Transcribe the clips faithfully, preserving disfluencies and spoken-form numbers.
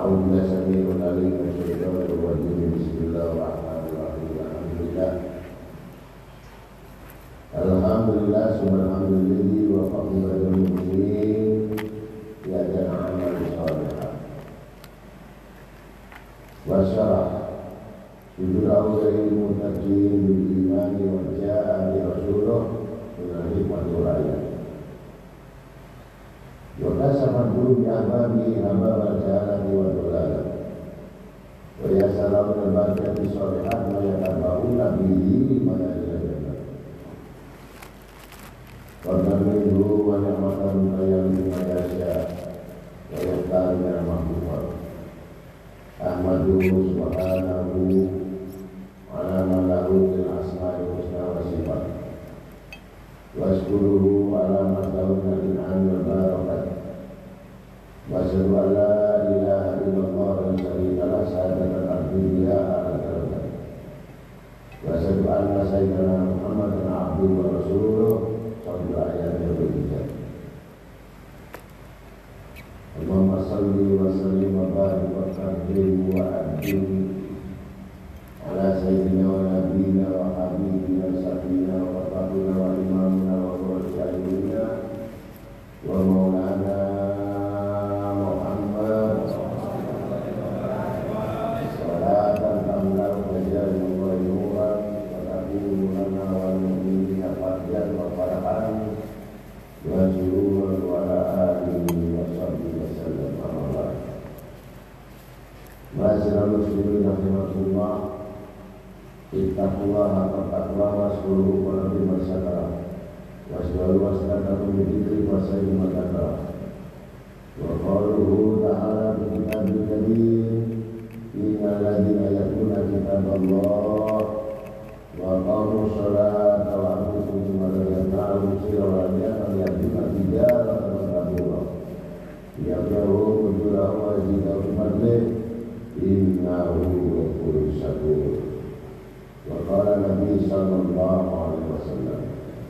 أعوذ بالله السميع العليم من الشيطان الرجيم بسم الله الرحمن الرحيم الحمد لله الحمد لله ثم الحمد لله وفقه المسلمين لأجل عمل صالحا وشرح صدور المتقين بالإيمان وجاء برسوله من الحكمة والآيات وكسف القلوب بأحبابه أمام الجهالة والضلالة ويسر لهم البركة الصالحات ويتبعون به منازل الجنة فضلا منه ونعمة يملك ما يشاء ويختار من المحبوبات أحمده سبحانه على ما له من الأسماء الحسنى والصفات واشكره على ما له من الانعام والبركات واشهد ان لا اله الا الله لا شريك له شهاده الانبياء على كلمته واشهد ان سيدنا محمدا عبده ورسوله صلى الله عليه وسلم اللهم صل وسلم وبارك وكرم وأكرم على سيدنا ونبينا وحبيبنا وسيدنا وقربنا وإمامنا وقرة أعيننا ومولانا محمد صلاة تملأ وجل ونورا وتكون لنا والمؤمنين فرجا وفرحا وسرورا وعلى آله وصحبه وسلم أما بعد. Ma'asyiral muslimin rahimakumullah, ittaqullah haqqa taqwah waskuruhu wa rabbi masyakara wasdalu wasdaqakum bidikri wasayyi madakara wa qaluhu ta'ala bi kitabil karim innal ladhina yatluna kitaballah wa aqamus salata wa anfaqu mimma razaqnahum sirran wa ya'lamuna tijaratan wa tabura ya'lamu ujurahum wa yazidahum min fadlih innahu ghafurun syakur. وقال النبي صلى الله عليه وسلم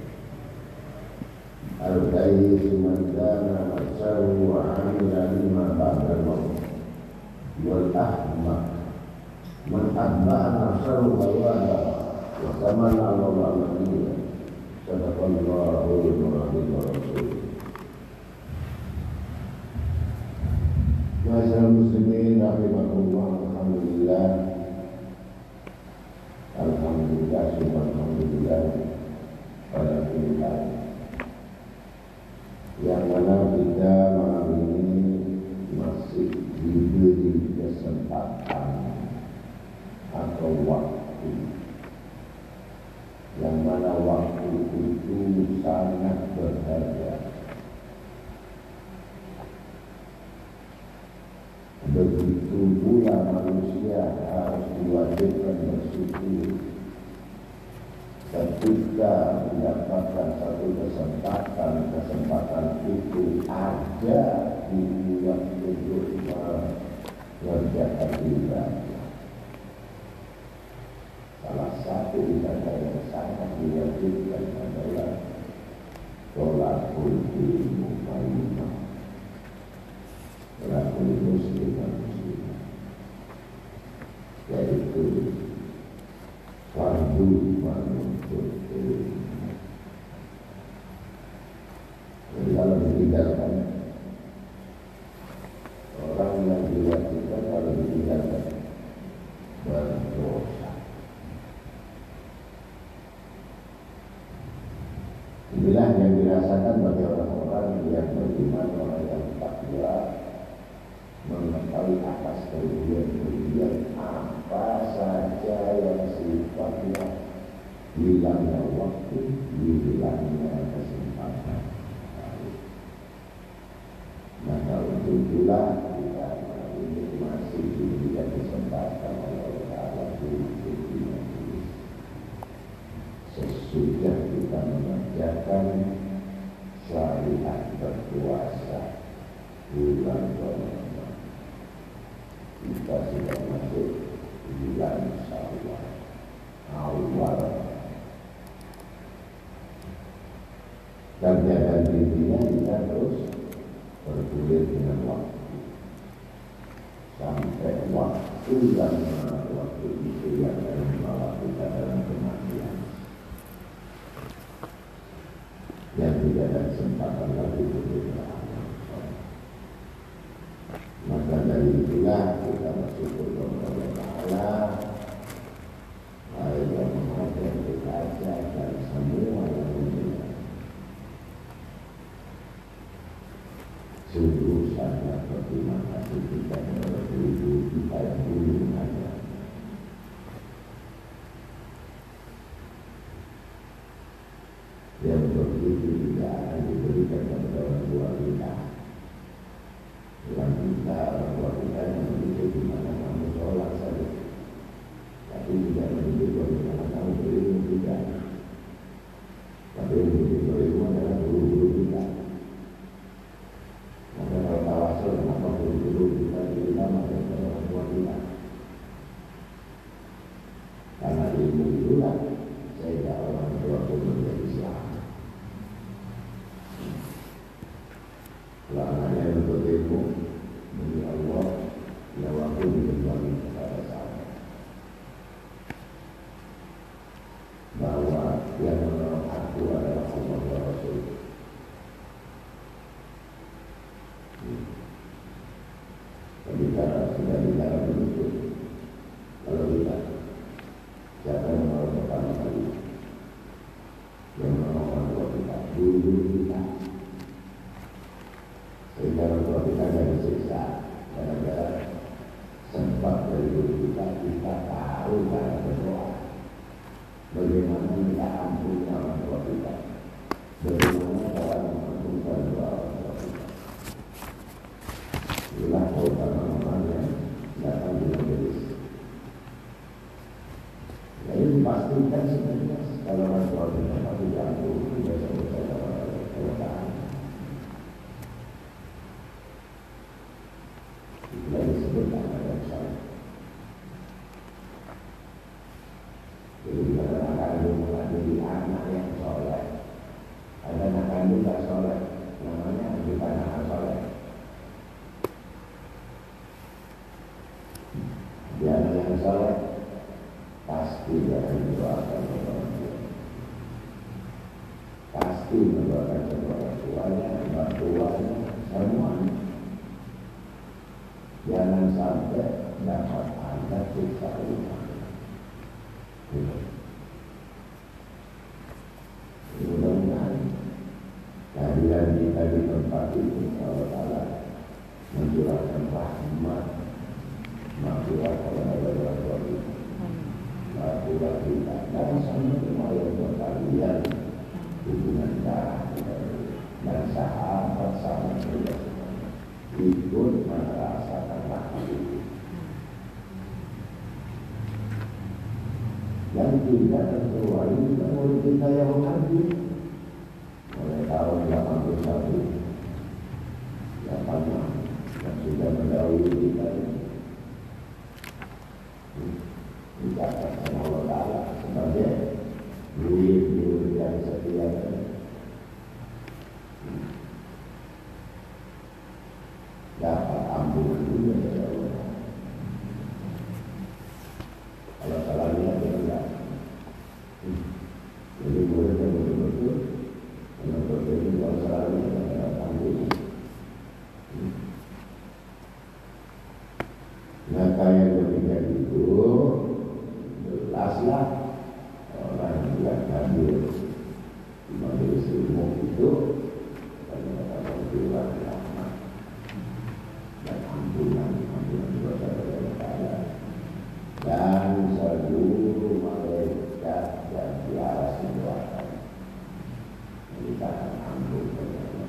الكيس من كان نفسه وعمل لما بعد الموت والأحمق من أتبع نفسه فواها وكمل على الله مدينة صدق الله العظيم ورسوله. Ma'asyiral muslimin rahimakumullah, alhamdulillah Alhamdulillah, subhanallah, pada kita yang mana kita malam ini masih diberi kesempatan atau waktu yang mana waktu itu sangat berharga. Begitu pula manusia harus diwajibkan bersyukur ketika mendapatkan satu kesempatan. Kesempatan itu ada di bulan untuk mengerjakan ibadah. Salah satu ibadah yang sangat diwajibkan adalah sholakul mu'minah, sholakul muslim dan muslimah, yaitu fardu menuntut ilmu. Jadi kalau ditinggalkan, orang yang diwajibkan kalau ditinggalkan berdosa. Inilah yang dirasakan bagi orang-orang yang beriman, orang yang takwa, mengetahui atas kerugian-kerugian apa saja yang sifatnya hilangnya waktu, hilangnya kesempatan. Maka untuk itulah kita ini masih diberikan kesempatan oleh Allah Ta'ala untuk dimaklumi. Sesudah kita mengerjakan syariat berpuasa bulan Ramadan, kita sudah masuk bulan Syawal awal. Dan jangan dirinya kita terus bergulir dengan waktu. waktu yang waktu itu yang akan membawa kita dalam kematian yang tidak ada kesempatan lagi untuk beramal. Maka dari itulah kita bersyukur kepada Allah Ta'ala yang mengajar kita dan semua yang mendengar. Sungguh sangat berterima kasih kita kepada ibu kita yang dulu mengajar. Yang begitu tidak akan diberikan kepada orang tua kita. Orang kita, orang tua kita yang mendidik di mana kamu sholat saja, tapi tidak mendidik bagaimana kamu berilmu tidak. Tapi yang mendidik berilmu adalah guru-guru kita. Maka kalau tawasul, kenapa guru-guru kita diutama dari orang tua kita? Karena ilmu itulah sehingga orang tua pun menjadi selamat. Kalau anaknya untuk ilmu demi Allah, ya waktu dikembali kepada saya bahwa yang menolong aku adalah Allah wa Rasul. Berbicara sudah bicara begitu. Kalau kita siapa yang menolong pertama kali? Yang menolong orang tua kita, guru kita. Sehingga orang tua kita tidak disiksa gara-gara sempat dari guru kita, kita tahu cara berdoa. Bagaimana kita ampuni orang tua kita, bagaimana cara mengampunkan doa orang tua kita. Inilah keutamaan yang datang di majelis. Nah, ini dipastikan sebenarnya kalau orang tua kita tapi diampuni biasa-biasa kalau tahan. Yang disebut anak yang soleh. Jadi kalau anak kandung menjadi anak yang soleh, ada anak kandung tak soleh, namanya bukan anak soleh. Dia anak yang soleh, pasti dia akan mendoakan orang tua. Pasti mendoakan orang tuanya, orang tuanya, semuanya. Jangan sampai dapat anda siksa rumah. Mudah-mudahan kehadiran kita di tempat ini Allah Ta'ala mencurahkan rahmat, maghfirah kepada orang tua kita, maghfirah kita dan sama semua yang berkalian hubungan darah dan sahabat-sahabat kita ikut merasakan rahmat itu. Yang tidak terkecuali juga murid kita yang mengabdi mulai tahun delapan puluh satu delapan puluh yang sudah mendahului kita ini dicatat sama Allah Ta'ala sebagai murid-murid yang setia. Dapat ampunan juga dari Allah. Kalau salahnya dia enggak. Jadi boleh yang betul-betul menuntut ini kalau salahnya ada ampunan. Maka yang demikian itu jelaslah orang yang hadir di majelis ilmu itu ternyata berjuang rahmat dan ampunan, ampunan dosa dari Allah Ta'ala dan seluruh malaikat yang di atas mendoakan memintakan ampun kepada Allah.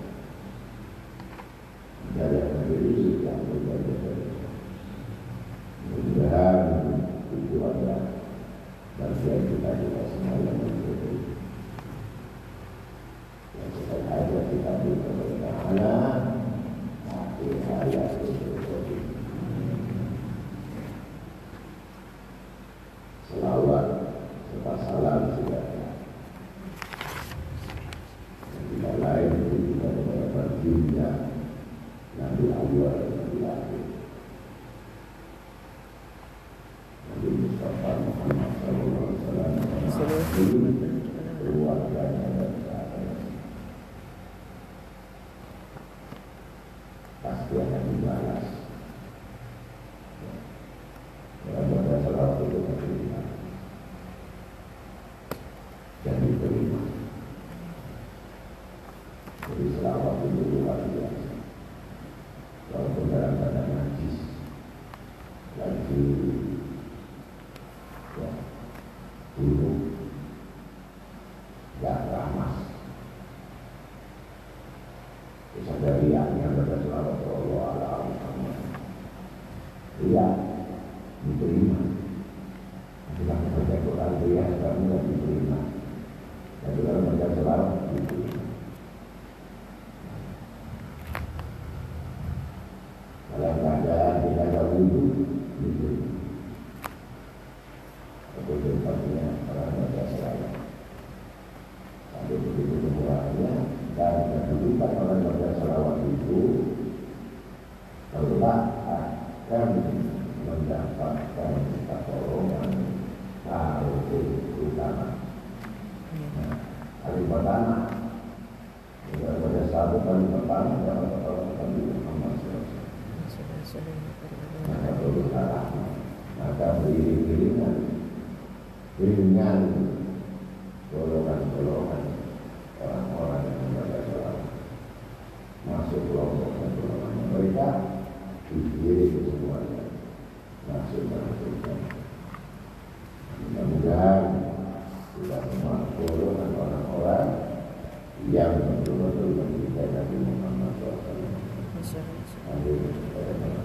Dari majelis yang berbagai-bagai. Mudah-mudahan itu adalah bagian kita juga semua yang mengikuti. Yang kita ada kita beri kepada Allah. Ayat itu selawat serta salam sudah yang tidak lain itu juga kepada baginda Nabi Allah dan Nabi Akhir pasti akan dibalas. Dalam baca salawat itu diterima dan diterima. Jadi salawat itu luar biasa. Walaupun dalam keadaan najis, lagi ya, buruk, gak ramas. Terus ada riaknya baca salawat Allah ala Muhammad. Riak diterima. Nanti kalau baca Quran riak sekarang tidak diterima. Tapi kalau baca salawat diterima. Dalam keadaan kita ada wudhu diterima. Itu tempatnya orang baca salawat. Sampai begitu kemurahannya dan kedudukan orang baca salawat itu Allah akan mendapatkan pertolongan hal utama. Nah, hari pertama kita baca salawat kali pertama dapat pertolongan Nabi Muhammad shallallahu alaihi wasallam. Maka berusaha, maka beriring-iringan dengan golongan-golongan orang-orang yang membaca salawat masuk kelompok-kelompok mereka dikirim semuanya masuk dalam surga. Mudah-mudahan kita semua golongan orang-orang yang betul-betul mencintai Nabi Muhammad shallallahu alaihi wasallam. Amin.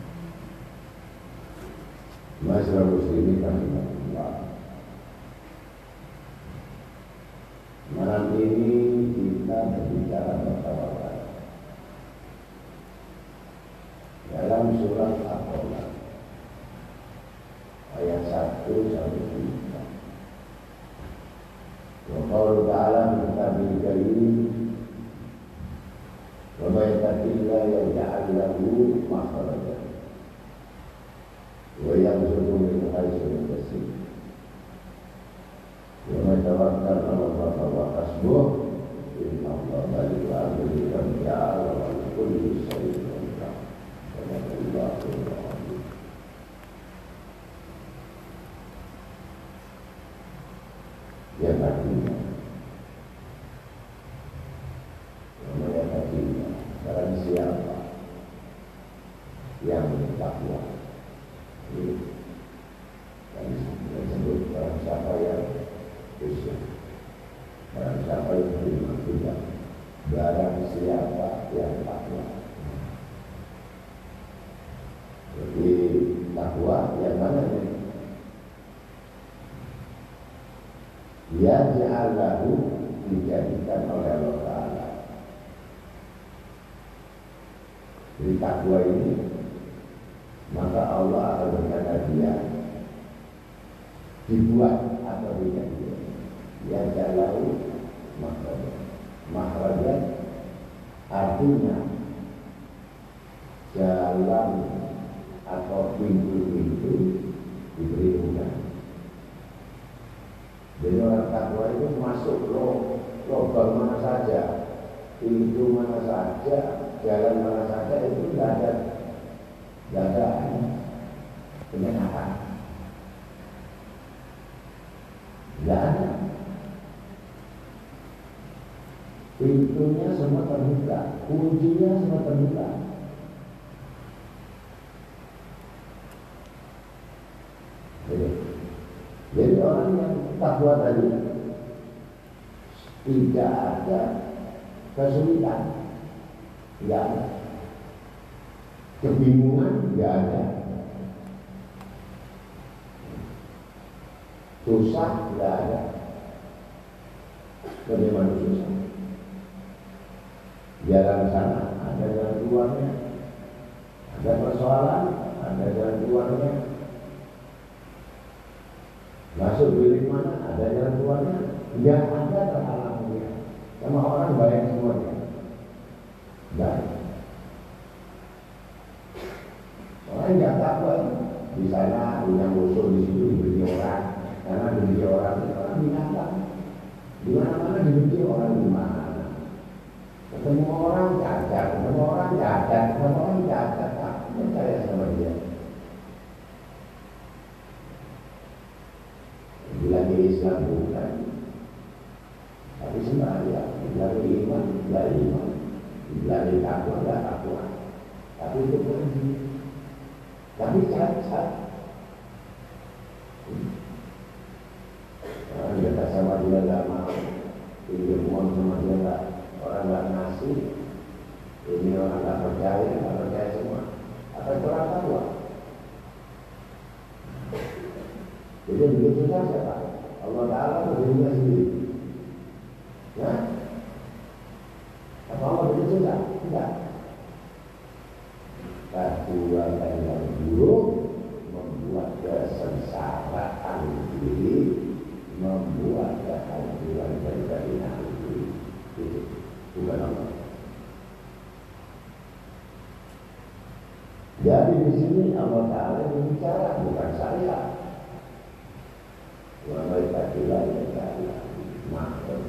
Masyarakat muslimin rahimahullah. Malam ini kita berbicara bertawakal dalam surat Al-Qur'an ayat satu sampai tiga. Wa qala ta'ala fi kitabil karim wa may yattaqillaha yaj'al lahu makhrajan wa yarzuqhu min haitsu la yahtasib. Wa tawakkal 'ala Allah wa hasbuh inna Allah baligh amrihi qad ja'ala wa kulli shay'in qadar. Yang artinya yang artinya barang siapa yang bertakwa ini yang disebut barang siapa yang Islam. Barang siapa yang beriman tidak. Barang siapa yang takwa. Jadi takwa yang mana ini? Ya ja'alahu dijadikan oleh Allah Ta'ala. Jadi takwa ini maka Allah akan berkata dia dibuat atau tidak dia. Ya jalau makhrajan. Makhrajan artinya jalan atau pintu-pintu diberi mudah. Jadi orang takwa itu masuk lo lubang mana saja, pintu mana saja, jalan mana saja itu tidak ada tidak ada penyenahan. Tidak ada. Pintunya semua terbuka, kuncinya semua terbuka. Jadi, jadi orang yang takwa tadi tidak ada kesulitan, tidak ada kebingungan, tidak ada susah, tidak ada. Bagaimana susah? Jalan sana ada jalan keluarnya, ada persoalan, ada jalan keluarnya. Masuk bilik mana ada jalan keluarnya, tidak ada terhalangnya. Sama orang banyak semuanya. Baik. Orang yang takwa di sana punya musuh, di situ dibenci orang, karena dibenci orang itu orang binatang. Di mana-mana dibenci orang, di mana? Ketemu orang cacat, ketemu orang cacat, ketemu orang tetap percaya sama dia. Bilang Islam bukan, tapi sembahyang. Bilang iman, tidak iman. Bilang takwa, tidak takwa. Tapi itu pergi. Tapi cacat. Orang dekat sama dia tidak mau, ilmuwan sama dia tidak, orang tidak ngasih. Ini orang tidak percaya, tidak percaya semua. Apa itu orang takwa? Jadi begitu saja Pak. Allah Ta'ala itu dirinya sendiri. Ya? Apa Allah begitu tidak? Tidak. Perbuatan yang buruk membuat kesengsaraan diri, membuat kehancuran dari nanti. Itu bukan Allah. Jadi di sini Allah Ta'ala berbicara, bukan saya. Wa mereka tidak ada makhluk.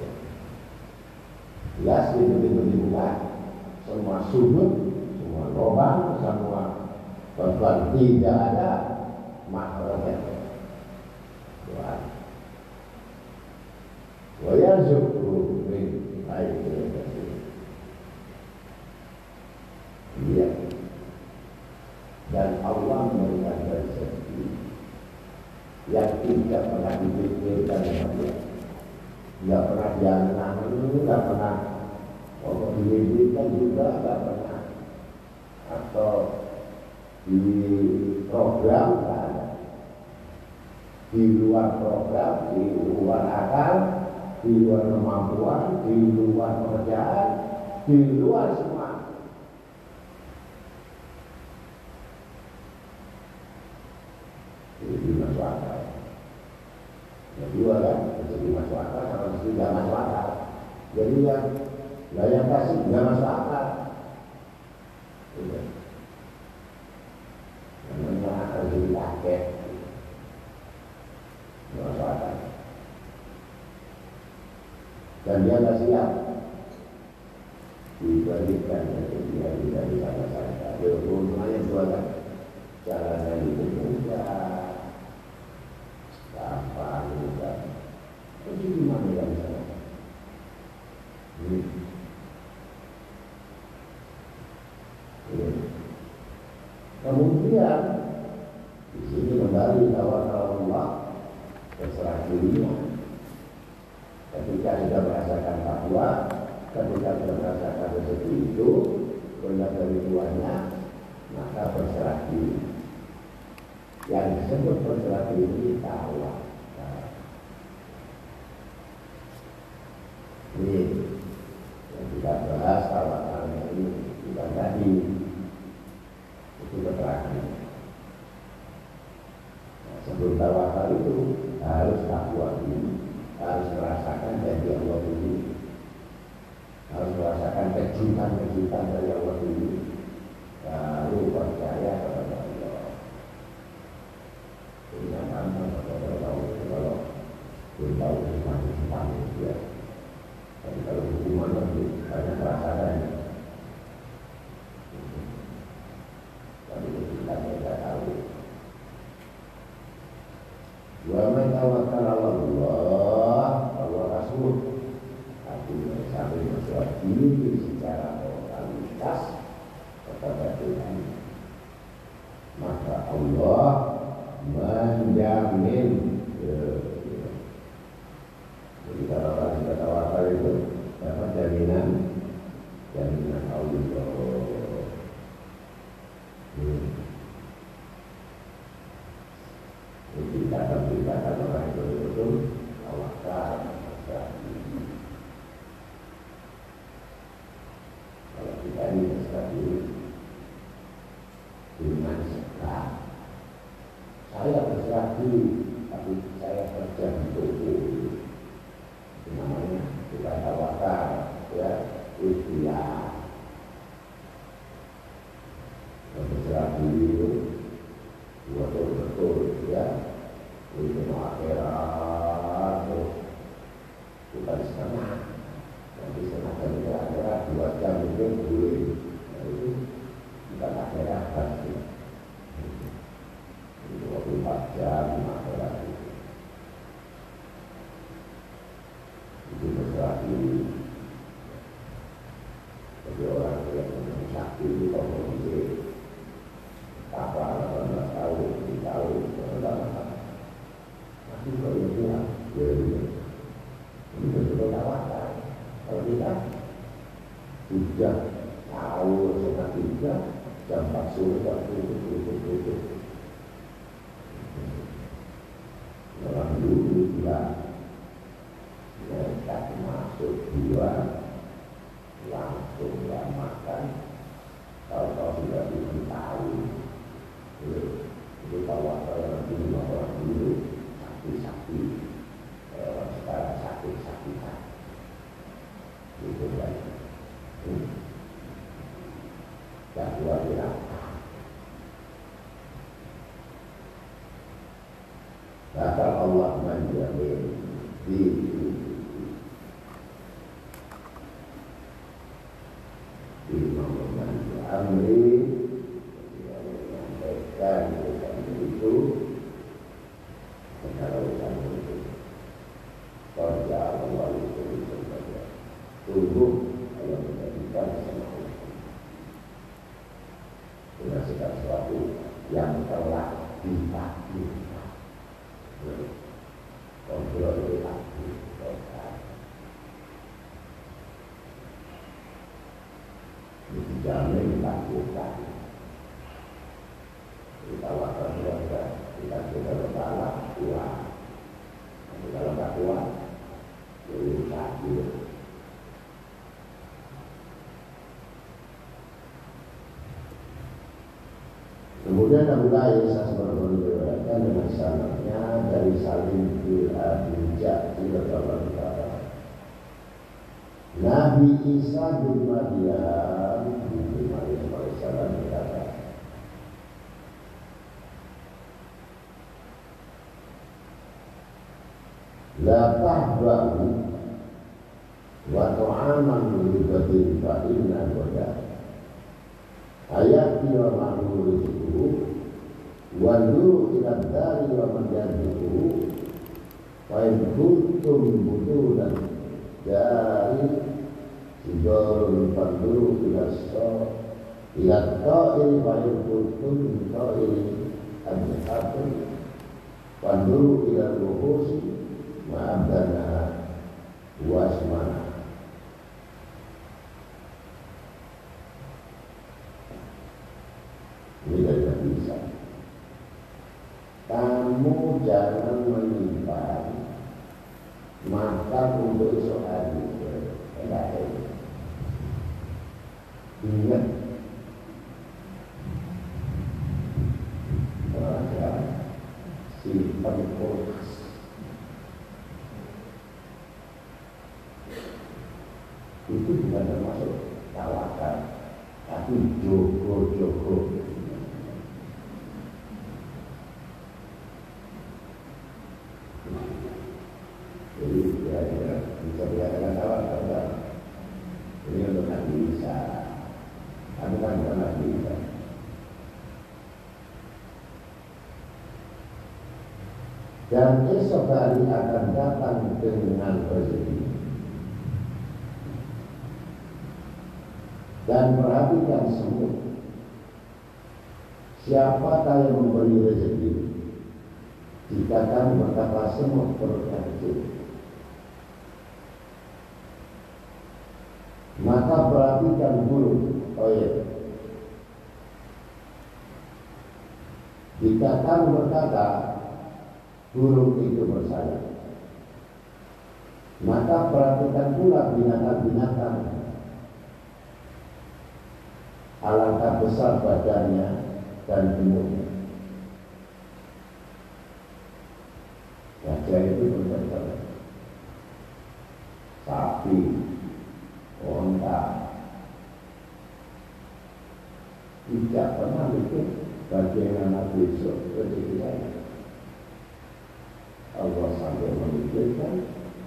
Jelas itu dibuka semua sudut, semua lubang, semua beban tidak ada makhluknya. Tuhan. Wa yarzuqhu min haitsu yahtasib. Iya. Dan Allah memberikan rezeki yang tidak pernah dipikirkan sama dia, tidak pernah dianam, tidak pernah oh, dipikirkan juga, tidak pernah, atau di program kan, di luar program, di luar akal, di luar kemampuan, di luar pekerjaan, di luar semua. Jadi masuk akal. Yang dua kan, jadi masuk akal sama mesti tidak masuk akal. Jadi yang nggak yang kasih nggak masuk akal. Namanya akal jadi paket, nggak masuk akal. Dan dia nggak siap diberikan dari dia dari sana sana. Dia hubungannya dua kan, caranya itu mudah. Apa juga itu gimana yang sana hmm. hmm. Kemudian di sini kembali tawakal Allah, berserah dirinya. Ketika sudah merasakan takwa, ketika sudah merasakan rezeki itu berasal dari tuannya, maka berserah diri. Yang disebut berserah diri takwa. Ini yang kita bahas tawakalnya ini bukan tadi, itu keterangan. Nah, sebelum tawakal itu harus takwa dulu, harus merasakan janji Allah dulu, harus merasakan kejutan-kejutan dari Allah dulu, baru percaya kepada Allah. Ini yang gampang kalau tahu kalau belum tahu simpang-simpang ya. Tapi kalau hukuman itu banyak perasaan. Tapi kita tidak tahu. Wa man tawakkala 'ala Allah, Allah Rasul. Artinya sampai berserah diri secara totalitas kepada Tuhan. Maka Allah menjamin. Jadi kalau orang sudah tawakal itu dapat jaminan, jaminan Allah. Hmm. Jadi kata beritakan orang itu betul tawakal. Kalau kita ini berserah diri dengan segala, saya berserah diri, tapi saya kerja betul-betul. Namanya bukan tawakal, ya, ikhtiar. Berserah diri itu betul-betul, ya, untuk akhirat, bukan setengah. Nanti setengah dari akhirat dua jam itu boleh. Nah, itu bukan akhirat. kondisi kapal delapan belas tahun, tujuh tahun, delapan tahun masih boleh bilang ini betul-betul tawakan. Kalau kita sudah tahu setengah tiga jam empat sore waktu itu orang dulu bilang mereka masuk dua langsung gak makan. Kalau kau sudah bilang tahu itu tawakan yang dulu orang dulu sakit-sakit, orang sekarang sakit-sakitan itu kan dan luar biasa. Maka Allah menjamin di di mengambil amri yang menyampaikan urusan itu secara urusan itu kerja Allah itu sebagai tubuh yang menjadikan semua dengan segala sesuatu yang telah ditakdirkan. Kontrol itu takdir, dijamin ditakdirkan. Ditawarkan keluarga, ditakdirkan kepala kuat. Kalau tak kuat, jadi takdir. Kemudian Abu Aisyah berkata dengan sanadnya dari Salim bin Abi Ja'far berkata, Nabi Isa bin Maryam bin Maryam alaihissalam berkata, La tahba'u wa tu'aman li batin fa inna wada ayat wa ma'mur itu walu ila dari wa manjadu wa in kuntum butulan dari sidorun panduru ila so ila ta'il wa in kuntum ta'il al-haqi panduru ila ruhusi ma'abdana wasmana. Ini dari Nabi Isa. Kamu jangan menyimpan makan untuk esok hari. Enggak ada. Ingat, ada simpan kulkas. Itu bukan termasuk tawakan, tapi jogo-jogo. Jadi ya, ya bisa dikatakan tawakan, kan? Ini untuk Nabi Isa, kami kan bukan Nabi Isa. Dan esok hari akan datang dengan rezeki. Dan perhatikan semua, siapakah yang memberi rezeki? Jika kamu berkata semua perutnya kecil, maka perhatikan burung. Oh ya, jika kamu berkata burung itu bersayap, maka perhatikan pula binatang-binatang. Alangkah besar badannya dan gemuknya. Gajah itu berbeda, sapi, onta, tidak pernah mikir bagaimana besok rezeki saya. Allah sampai memikirkan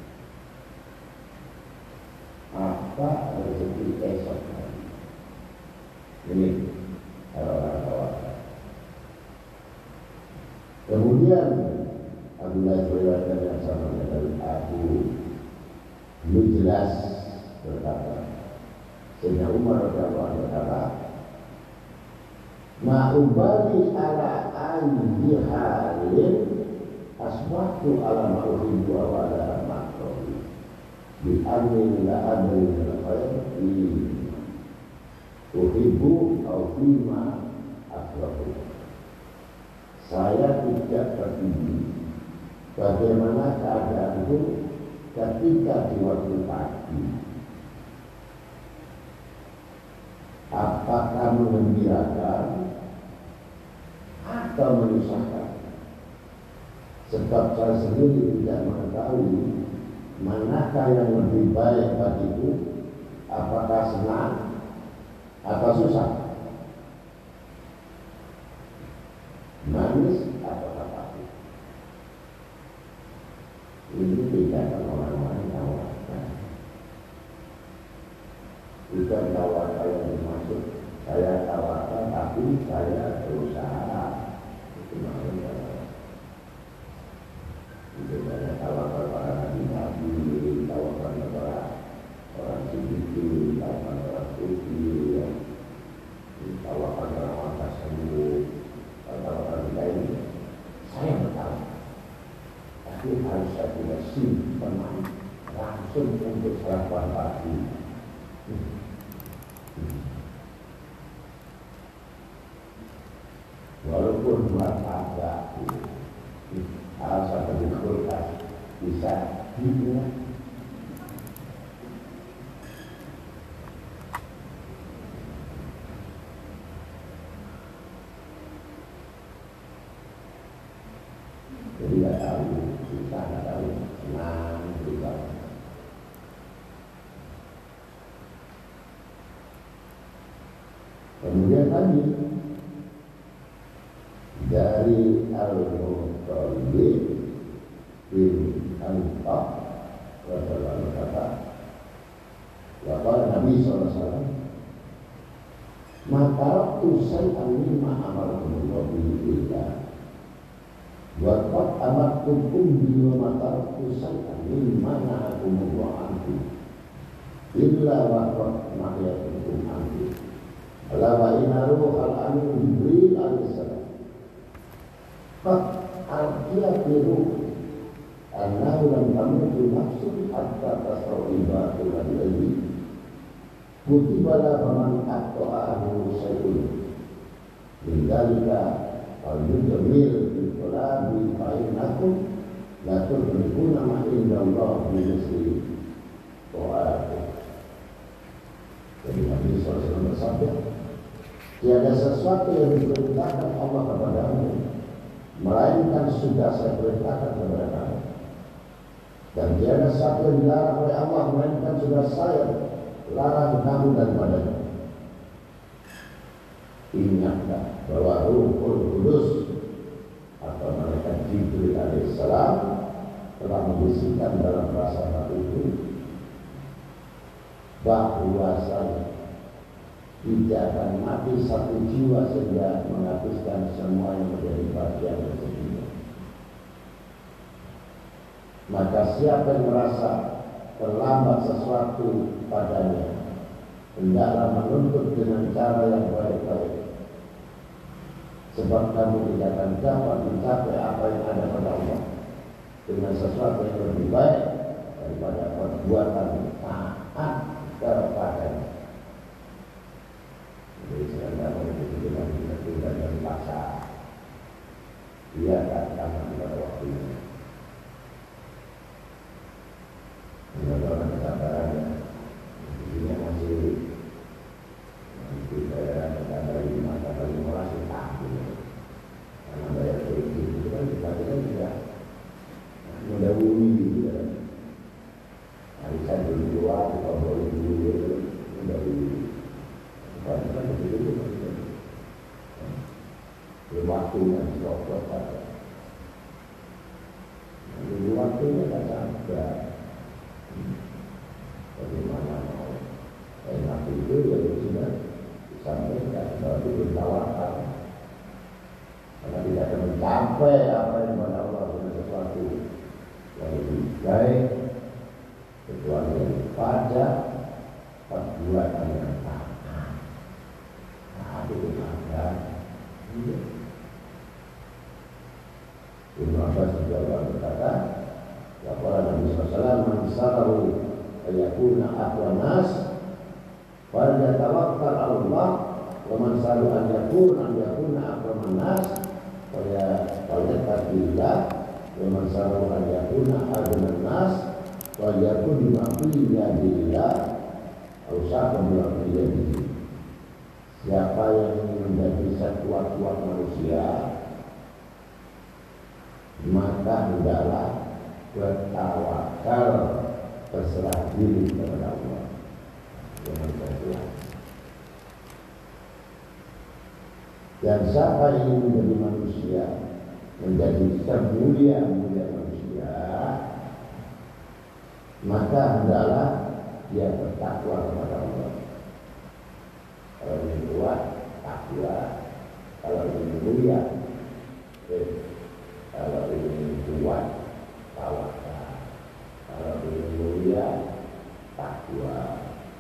apa rezeki esok hari. Ini orang tawakkal. Kemudian Abdullah beriwayatkan yang sama dari Abu Mujlas berkata, Sayyidina Umar radhiyallahu anhu berkata, ma'ubali ala ayyi halin asbahtu ala ma'uhibbu wa ala ma'uhibbu bi amin la amin la khairi uhibbu au fima akrahu. Saya tidak peduli bagaimana keadaanku ketika di waktu pagi, apakah mengembirakan atau menyusahkan, sebab saya sendiri tidak mengetahui manakah yang lebih baik bagiku, apakah senang atau susah, manis atau apa. Ini tidak orang-orang tawarkan. Bukan tawarkan yang dimaksud saya tawarkan, tapi saya berusaha. Itu maksudnya. Itu saya tawarkan para nabi-nabi, tawarkan kepada orang sedikit, tawarkan orang suci, tawarkan orang tersebut, tawarkan lain. Saya bertahu. Tapi harus saya punya simpan langsung untuk sarapan pagi. Hmm. Hmm. Walaupun buat agak harus ada di kulkas bisa dibuat. Jadi tidak tahu, susah tidak tahu, senang juga. Kemudian tadi dari Al-Muqallib bin Al-Qaf Rasulullah berkata, Waqala Nabi sallallahu alaihi wasallam, maka usai'an mimma amarkumullah bihi illa wa qad amartukum bihi wa maka usai'an mimma na'akumullah anhu illa wa qad nahyakum anhu. Ala wa inna ruhal amin Jibril alaihissalam qad al-qiyafiru annahu lam tamutu nafsun hatta tasawwiba al-ladhi kutibala faman aqta'ahu syai'un min dalika al-mujamil bil-qalabi fa'innakum la tudrikuna ma indallah min misli wa'atuh. Jadi Nabi shallallahu alaihi wasallam bersabda, tiada sesuatu yang diperintahkan Allah kepadamu melainkan sudah saya perintahkan kepada kamu, dan tiada sesuatu yang dilarang oleh Allah melainkan sudah saya larang kamu daripadanya. Ingatlah bahwa Ruhul Kudus atau malaikat Jibril alaihissalam telah membisikkan dalam prasangka itu bahwasanya tidak akan mati satu jiwa sehingga menghabiskan semua yang menjadi bagian rezekinya. Maka siapa yang merasa terlambat sesuatu padanya, hendaklah menuntut dengan cara yang baik-baik, sebab kamu tidak akan dapat mencapai apa yang ada pada Allah dengan sesuatu yang lebih baik daripada perbuatan taat kepadanya. Jadi sekarang kalau itu dengan kita tidak dari pasar, dia akan datang pada waktunya. Tidak ada kesabarannya, dia masih di daerah negara ini masa kali merasa takut, karena bayar gaji itu kan kita kan tidak mendahului gitu kan. Arisan dulu luar, kalau boleh dulu mendahului. Karena kan begitu juga. Belum waktunya dicopot saja. Belum waktunya tak sampai. Bagaimana mau enak itu yang sudah disampaikan, tapi ditawarkan. Karena tidak akan mencapai apa yang pada Allah dengan sesuatu yang lebih baik kecuali pada perbuatan yang taat. Nah, itu ada Ibnu Abbas juga berkata, bahwa Nabi shallallahu alaihi wasallam "Mansarahu ayakuna aqwan nas, wa yatawakkal 'ala Allah, wa man salu an yakuna an yakuna aqwaman nas, wa yattaqillah, wa man salu an yakuna aghnan nas, wa yakun bima fi yadillah, aw syaqqa bima fi yadihi." Siapa yang ingin menjadi sekuat-kuat manusia, maka hendaklah bertawakal, berserah diri kepada Allah. Jangan berserah. Dan siapa yang ingin menjadi manusia, menjadi semulia-mulia manusia, maka hendaklah dia bertakwa kepada Allah. Kalau ingin kuat, takwa. Kalau ingin mulia, eh, kalau ingin kuat, tawakal. Kalau ingin mulia, takwa.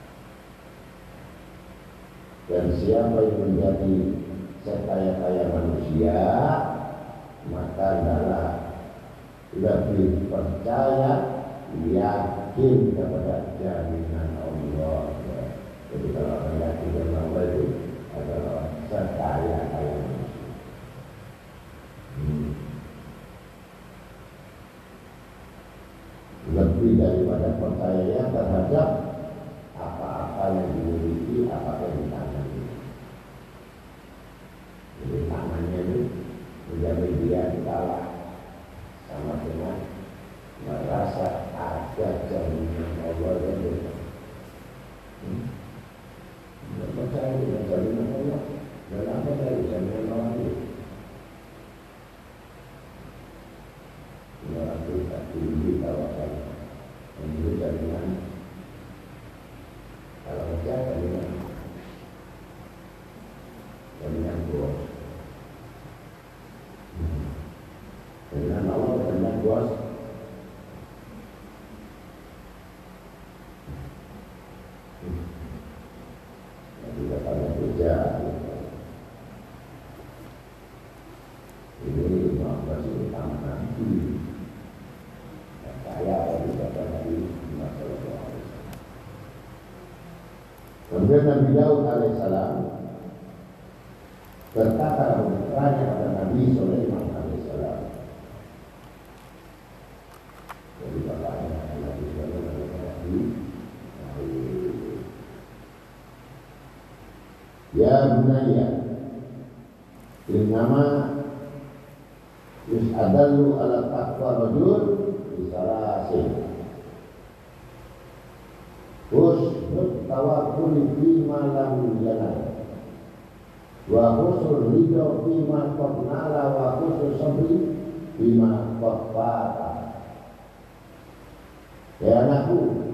Dan siapa yang menjadi sekaya-kaya manusia, maka adalah lebih percaya, yakin kepada jaminan Allah. Jadi kalau orang yakin kepada Allah itu adalah sekaya-kaya manusia. Hmm. Lebih daripada percaya terhadap apa-apa yang dimiliki, apa yang di tangannya. Jadi tangannya ini menjamin dia kalah sama dengan merasa ada jaminan Allah yang benar. Hmm? Tidak percaya dengan jaminan Allah, dan apa dari jaminan Allah itu? Orang itu tak tinggi tawakal, menurut jaminan. Kalau kerja jaminan, jaminan bos. Jaminan Allah, jaminan bos. Tidak pada kerja. Ini maka utama nanti. Saya tidak dari masalah. Kemudian Nabi Daud alaihissalam berkata bertanya kepada Nabi Sulaiman alaihissalam. Jadi bapaknya Nabi Sulaiman alaihissalam, ya bunayya, innama yus'adallu ala taqwa rajul bisalasin. Husnul tawakkul fima lam yanal, wa husnul ridha fima qad nala, wa husnul sabri fima qad fata. Ya anakku,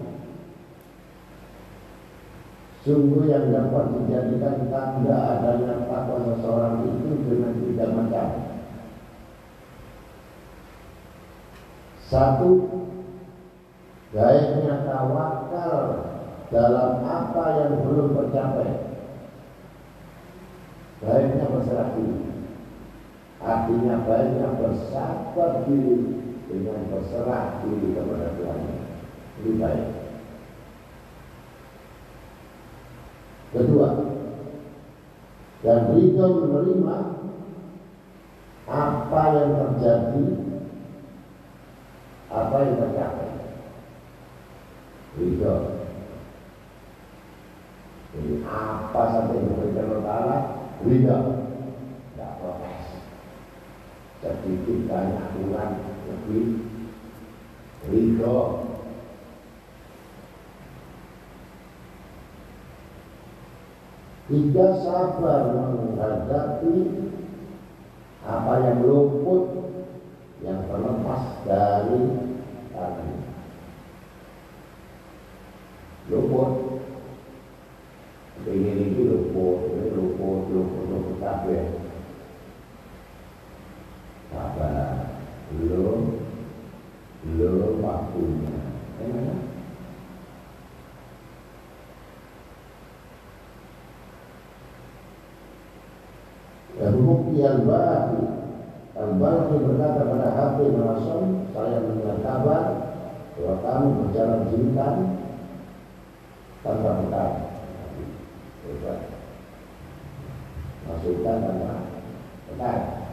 sungguh yang dapat dijadikan tanda adanya takwa seseorang itu dengan tiga macam. Satu, baiknya tawakal dalam apa yang belum tercapai. Baiknya berserah diri. Artinya baiknya bersabar diri dengan berserah diri kepada Tuhan. Lebih baik. Kedua, dan ridho menerima apa yang terjadi, apa yang tercapai. Ridho. Jadi apa saja yang diberikan oleh Allah, ridho. Tidak protes. Sedikit banyak kurang lebih, ridho. Tiga, sabar menghadapi apa yang luput, yang terlepas dari tangan. Luput, ini ini luput, ini luput, luput, luput kabeh. Sabar, belum, belum waktunya. Gimana? Al-Bukti al-Baqi Al-Balqi berkata pada Habib Rasul, saya mendengar kabar bahwa kamu berjalan jintan tanpa bekal. Maksudnya tanpa bekal.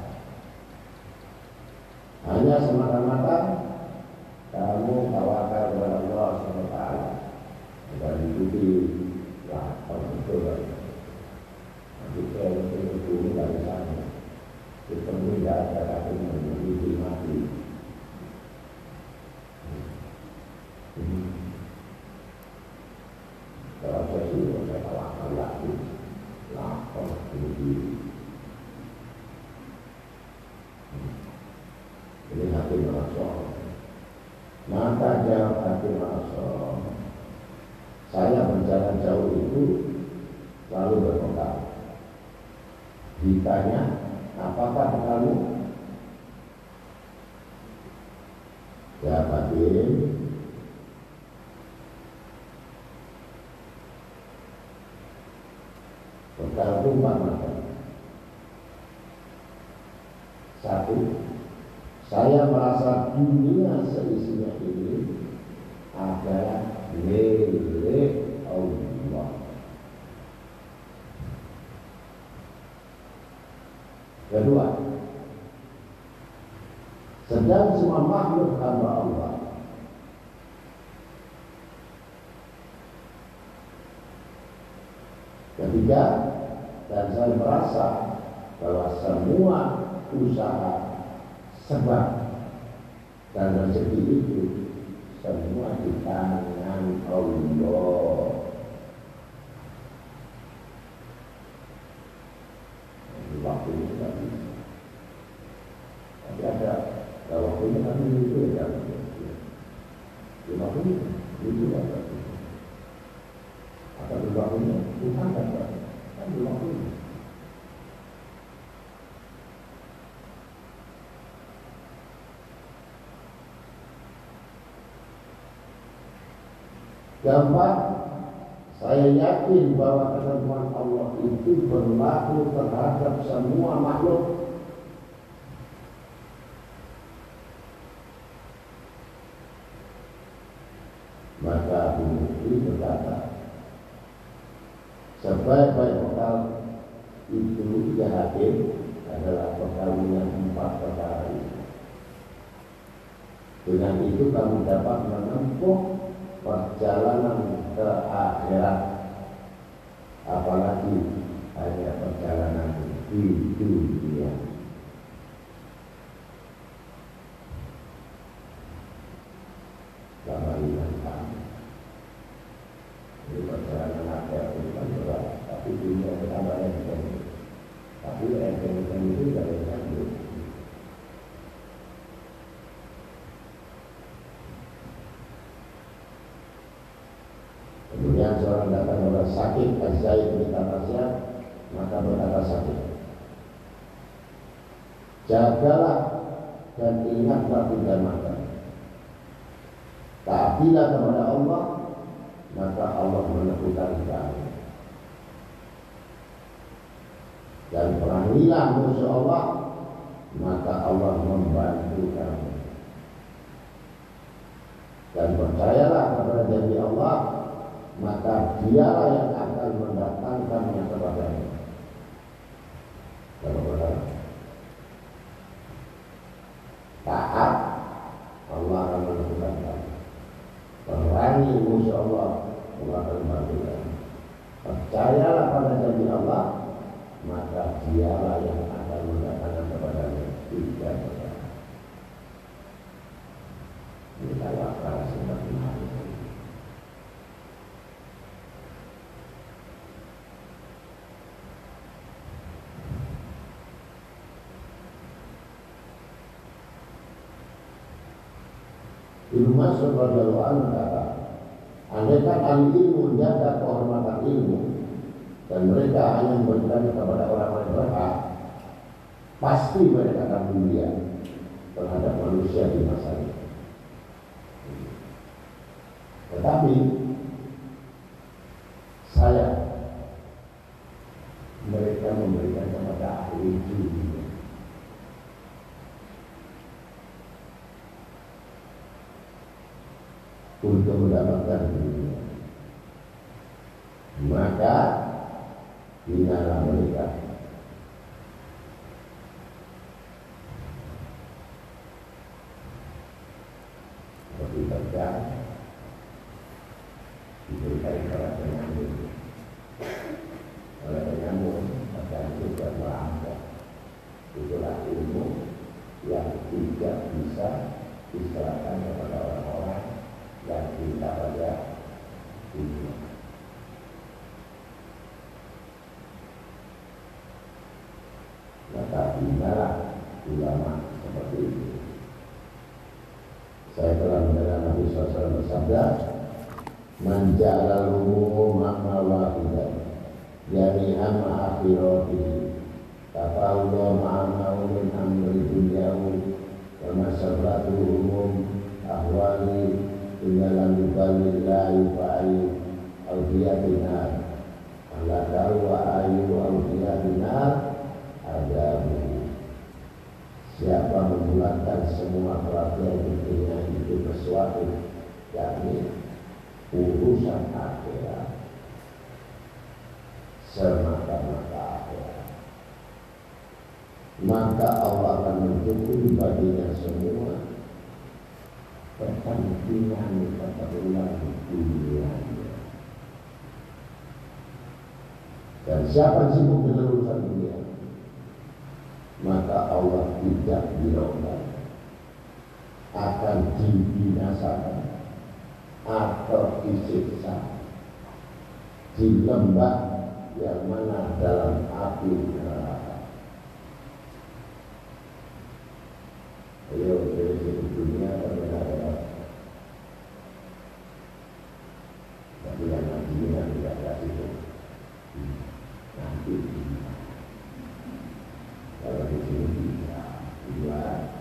Hanya semata-mata kamu tawakal kepada Allah subhanahu wa taala dan ikuti lapor betul. Nanti saya itu bumi dari sana. Kita tidak ada kata menjadi mati. Kalau saya sudah saya tawakal lagi, lapor tinggi. Ini hati merasa. Maka jawab hati merasa. Saya berjalan jauh itu lalu berbekal. Ditanya, apakah kamu? Ya batin. Bekal empat macam. Satu, saya merasa dunia seisinya ini adalah milik Allah. Kedua, sedang semua makhluk hamba Allah. Ketiga, dan saya merasa bahwa semua usaha sebab dan rezeki itu semua di tangan Allah. Di waktu ini tidak bisa. Tapi ada, ada waktunya kan itu ya. Di waktu ini itu ada. Ada di waktunya bukan ada. Kan di waktu ini. Keempat, saya yakin bahwa ketentuan Allah itu berlaku terhadap semua makhluk. Maka Bukti berkata, sebaik-baik bekal itu ya hakim adalah perkawinan empat perkara itu. Dengan itu kamu dapat menempuh perjalanan ke akhirat, apalagi hanya perjalanan di dunia. Lama iman kami. Ini perjalanan akhirat bukan berat, tapi dunia pertama yang ini. Tapi yang ini itu dari yang kemudian seorang datang orang sakit, Az-Zaid bin Tasya, maka berkata sakit, jagalah dan ingatlah tiga mata. Taatilah kepada Allah, maka Allah meneguhkan kamu. Dan perangilah musuh Allah, maka Allah membantu kamu. Dan percayalah kepada janji Allah, maka dialah yang akan mendatangkannya kepadamu. Kalau benar taat, Allah akan menentukan kamu. Perangi musuh Allah, Allah akan membantu kamu. Percayalah pada janji Allah, maka dialah yang akan mendatangkan kepadamu. Tiga perkara. Ini tawakal seperti hari. Ibnu Mas'ud radhiyallahu anhu kata, andaikan ahli ilmu menjaga kehormatan ilmu dan mereka hanya memberikan kepada orang-orang berhak, pasti mereka akan mulia terhadap manusia di masa ini. Tetapi saya mereka memberikan kepada ahli dunia. untuk mendapatkan dunia, maka hinalah mereka. Seperti terjadi diberikan kepada penyambung oleh penyambung akan juga merampok. Itulah ilmu yang tidak bisa diserahkan kepada orang-orang yang cinta pada dunia. Maka hinalah ulama seperti itu. Saya telah mendengar Nabi shallallahu alaihi wasallam bersabda, "Man ja'ala al-umum makna wahidan, yani amma akhiratihi, tafawwa ma'anahu min amri dunyahu, wa masabratu umum ahwali, innalam yuballillahi fa'ayu awdiyatina, Allah tahu wa ayu awdiyatina adabu." Siapa membulatkan semua perhatian dunia itu sesuatu, yakni urusan akhirat, semata-mata akhirat, maka Allah akan mencukupi baginya semua kepentingan keperluan dunia. Dan siapa sibuk dengan urusan dunia, maka Allah tidak diraukan, akan dibinasakan atau disiksa di lembah yang mana dalam api neraka. Ayo dari sini dunia berbeda-beda, tapi yang nantinya tidak kasih itu nanti. Kalau di sini bisa dua.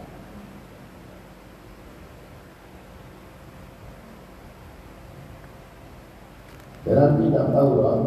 Dalam kitab Taurat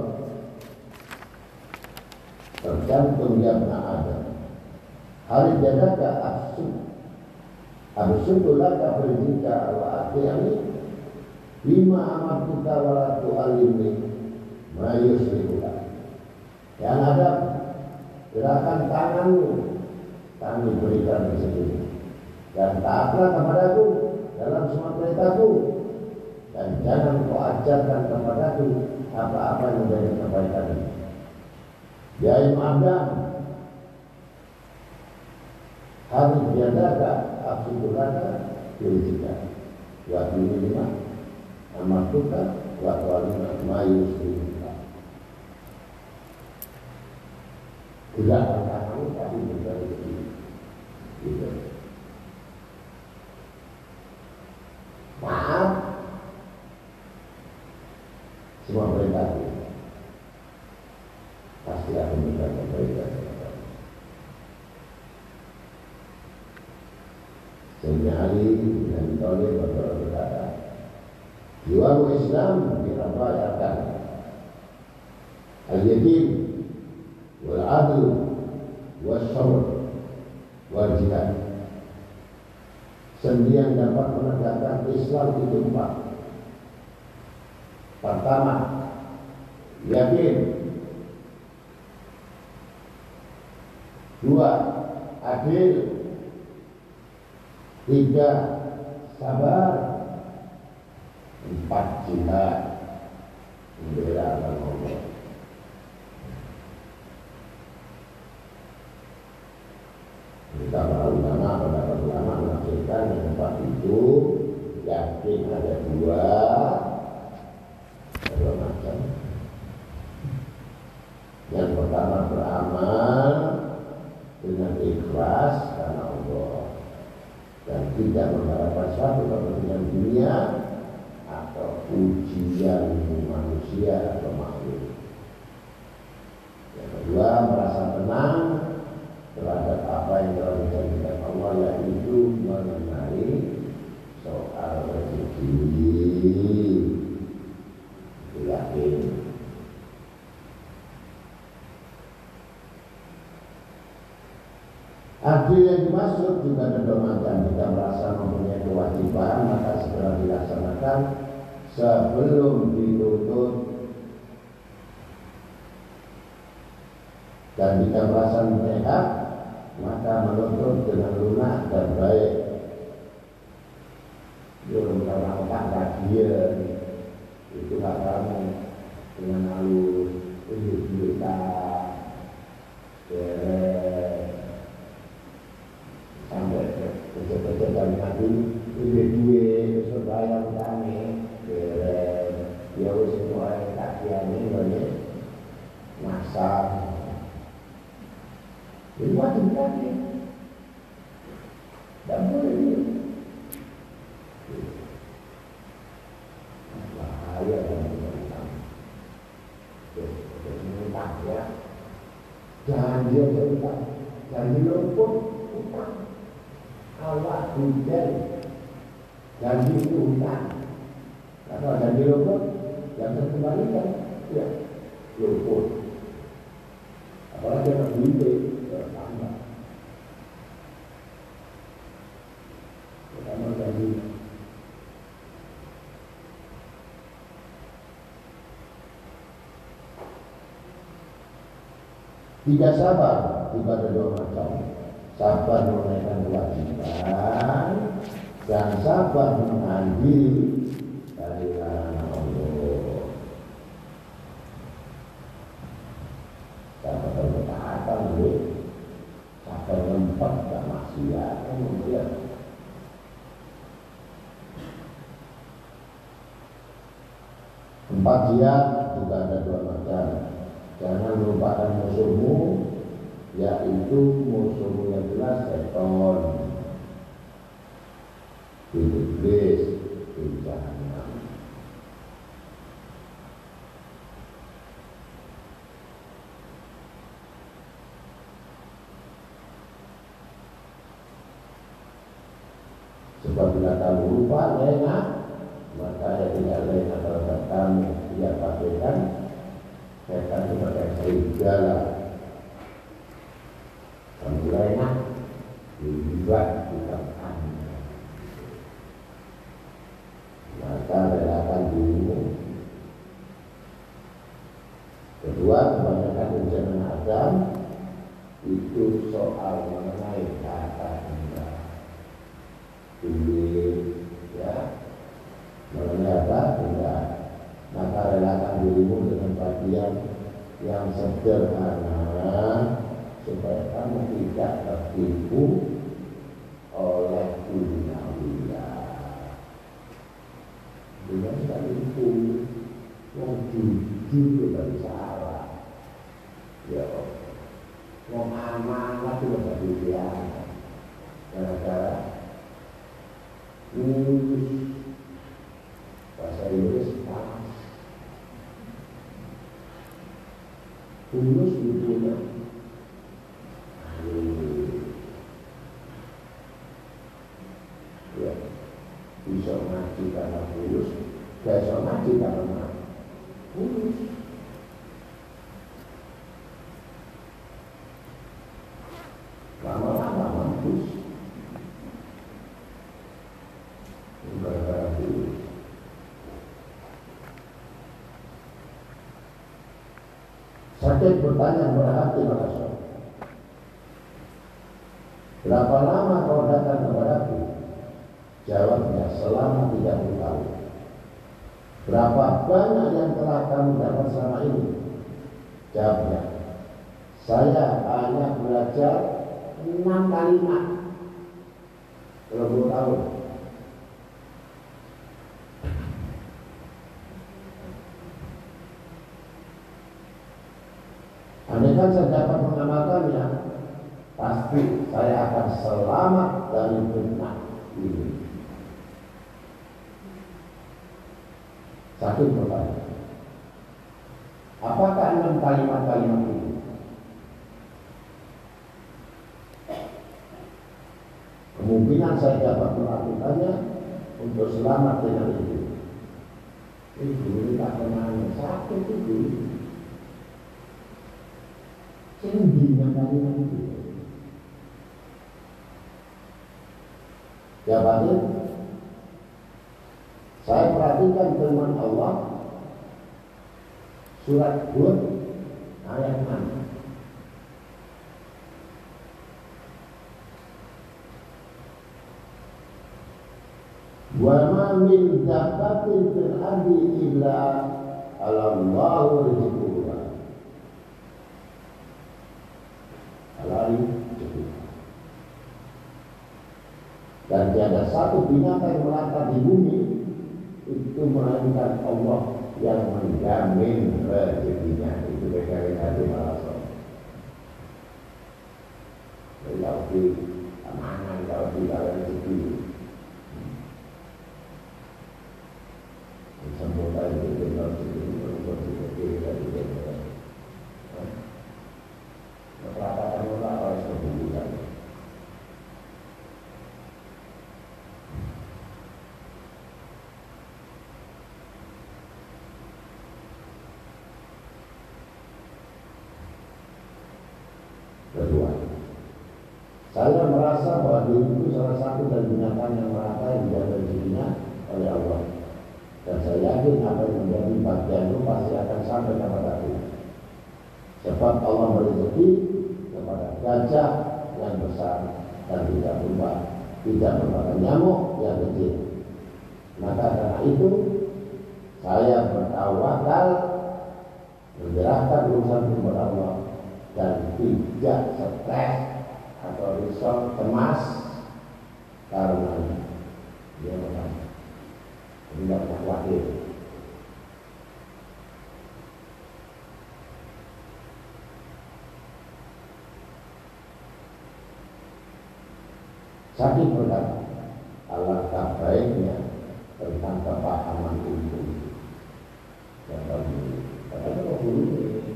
tercantum yabna Adam, hal jadaka absud absudu laka berzika wa ati'ani bima amartuka wa la tu'allimni ma yusrikuka. Yang ada, gerakan tanganmu kami berikan rezeki, dan taatlah kepadaku dalam semua perintahku, dan jangan kau ajarkan kepadaku apa-apa yang menjadi kebaikan ini. Ya ilmu Adam, harus diadakan absudulaka berzika wa lima amartuka wa tu'allimna ma yusrikuka. Tidak akan tapi menjadi gitu. Maaf, semua perintah pasti akan menjadi kebaikan. Sehingga Ali dan Toleh berkata, jiwa Islam dirapayakan al-yatim wal-adl wal-sabr wal-jihad. Sendi yang dapat menegakkan Islam itu empat. Pertama, yakin. Dua, adil. Tiga, sabar. Empat, jihad. Membela agama Allah. Kita para ulama, pendapat ulama menafsirkan yang empat itu yakin ada dua, dua macam. Yang pertama beramal dengan ikhlas karena Allah dan tidak mengharapkan suatu kepentingan dunia atau ujian manusia atau makhluk. Yang kedua merasa tenang terhadap apa yang telah dijanjikan Allah, yaitu mengenai soal rezeki. Yakin. Adil yang dimaksud juga ada dua macam. Jika merasa mempunyai kewajiban, maka segera dilaksanakan sebelum dituntut. Dan jika merasa mempunyai hak, maka menuntut dengan lunak dan baik. Jangan melakukan dia itu hak kamu dengan halus, ini kita sampai kerja-kerja dari nanti ini duit supaya kami ya wis semua kajian ini masak ini wajib lagi tidak boleh ini bahaya dalam kita utang ya jangan dia berutang jangan lumpur utang awak hujan janji itu utang atau janji lumpur yang terkembalikan ya lumpur apalagi yang duit bertambah pertama janji tidak sabar juga ada dua macam. Sabar menunaikan kewajiban dan sabar menahan diri dari larangan Allah. Sabar berketaatan ini, sabar lempar dan maksiat kemudian. Empat jihad juga ada dua macam. Jangan lupakan musuhmu, yaitu musuhmu yang jelas setan, iblis, di jahannam. Sebab bila kamu lupa lengah, maka ya tidak lengah terhadap kamu. Dia pakaikan setan sebagai serigala. Kamu lengah, dibuat di kamu. Maka relakan dirimu. Kedua, kebanyakan ujian Adam itu soal mengenai kata indah. Duit, ya, mengenai apa? Indah. Maka relakan dirimu dengan bagian yang sederhana supaya kamu tidak tertipu oleh dunia. Dunia sekali itu yang jujur dari salah, ya, yang amanah itu dari dia, gara-gara lulus bahasa Inggris panas. Tulus ibunya ya bisa ngaji karena tulus, gak bisa ngaji karena tulus. Lama-lama mampus gara-gara tulus. Sakit bertanya berhati merasa. Berapa lama kau datang kepadaku? Jawabnya, selama tiga puluh tahun. Berapa banyak yang telah kamu dapat selama ini? Jawabnya, saya hanya belajar enam kalimat dua puluh tahun. Andaikan saya dapat mengamalkannya, pasti saya akan selamat dari fitnah ini. Satu pertanyaan, apakah enam kalimat-kalimat ini? Kemungkinan saya dapat melakukannya untuk selamat dengan itu. Itu tak pernah satu itu. Tingginya kalimat itu. Jawabannya, saya perhatikan firman Allah surat Hud ayat enam. Wa ma min dabbatin fil ardi illa 'ala Allahu rizquha. Alari dan tiada satu binatang yang melata di bumi itu melainkan Allah yang menjamin rezekinya. Itu bagi hati malasor. Jadi amanah kalau tidak rezeki. Sambungkan itu dengan sendiri berbuat sendiri dari dia. Perkataan orang harus berhubungan. Kedua, saya merasa bahwa diriku salah satu dari binatang yang merata yang dijaga rezekinya oleh Allah. Dan saya yakin apa yang menjadi bagianmu pasti akan sampai kepadaku. Sebab Allah berezeki kepada gajah yang besar dan tidak berubah, tidak bermakan nyamuk yang kecil. Maka karena itu saya bertawakal, menyerahkan urusan kepada Allah dan tidak stres atau risau cemas karena dia makan. Tidak pernah khawatir. Saking berkata, alangkah baiknya tentang kepahaman itu. Yang bagi kata guru ini.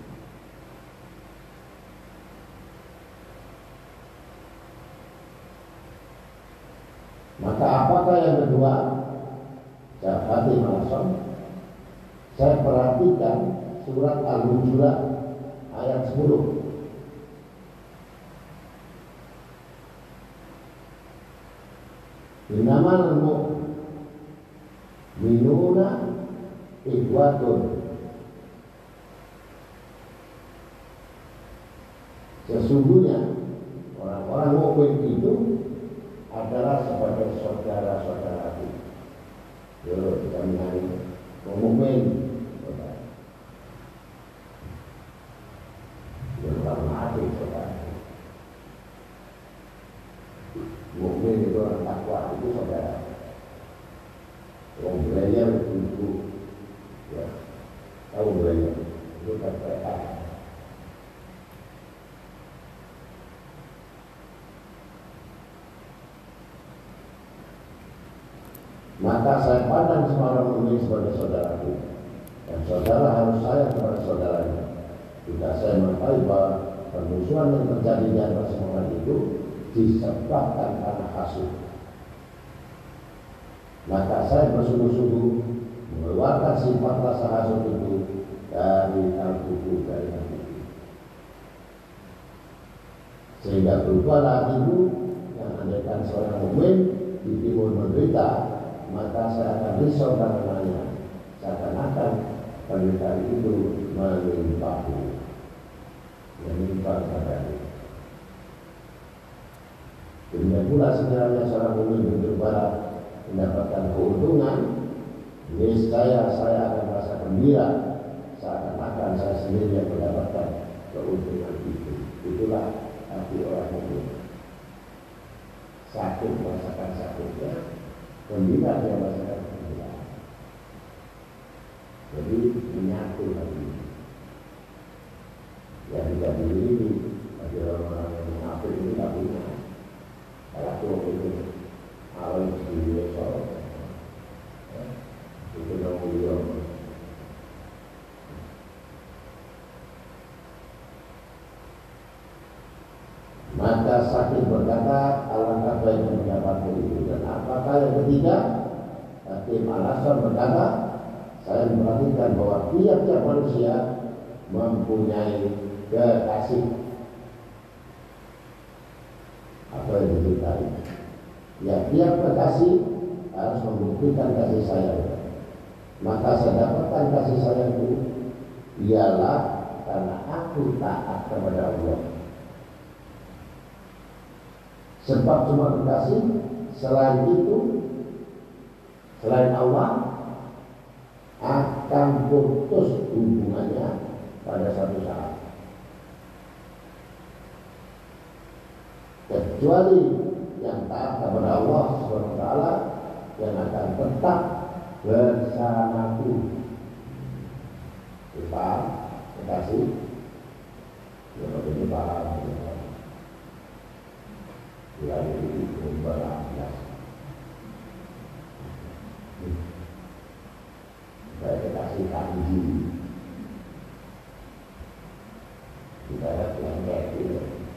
Maka apakah yang kedua? Jabati Malason, saya perhatikan surat Al-Hujurat ayat sepuluh. Innamal mu'minuna ikhwatun. Sesungguhnya orang-orang mukmin itu adalah sebagai saudara-saudaraku. Yo, kita mengenai mukmin. Yang lama hati saudara. Mukmin itu orang takwa itu saudara. Orang belajar itu, ya, tahu belajar itu kata. Maka saya pandang semua orang mukmin sebagai saudaraku, dan saudara harus sayang kepada saudaranya. Jika saya mengetahui bahwa permusuhan yang terjadi di antara semua orang itu disebabkan karena hasud, maka saya bersungguh-sungguh mengeluarkan sifat rasa hasud itu dari al-tubuh dari hati, sehingga berubahlah hatiku yang andaikan seorang mukmin di timur menderita, maka saya akan risau karenanya, seakan-akan penderitaan itu menimpaku, menimpa kepadanya. Demikian pula sekiranya seorang mukmin bujur barat mendapatkan keuntungan, niscaya saya akan merasa gembira, seakan-akan saya sendiri yang mendapatkan keuntungan itu. Itulah arti orang mukmin. Sakit merasakan sakitnya, gembira dia merasakan gembira. Jadi menyatu lagi. Yang tidak dimiliki bagi orang-orang yang mengafir ini tak punya. Kalau aku itu awal di Yesol, itu dong beliau. Maka Sakit berkata, alangkah baik mendapatkan itu. Dan apakah yang ketiga? Hakim Al-Hasan berkata, saya memperhatikan bahwa tiap-tiap manusia mempunyai kekasih. Apa yang dicintai? Ya, tiap kekasih harus membuktikan kasih sayang. Maka saya dapatkan kasih sayangku ialah karena aku taat kepada Allah. Sebab cuma kekasih, selain itu, selain Allah, akan putus hubungannya pada satu saat. Kecuali yang taat kepada Allah subhanahu wa taala yang akan tetap bersamaku. Kita kasih ya ini paham ya ini berbahaya. Saya kasih kanji kita lihat yang kayak gitu.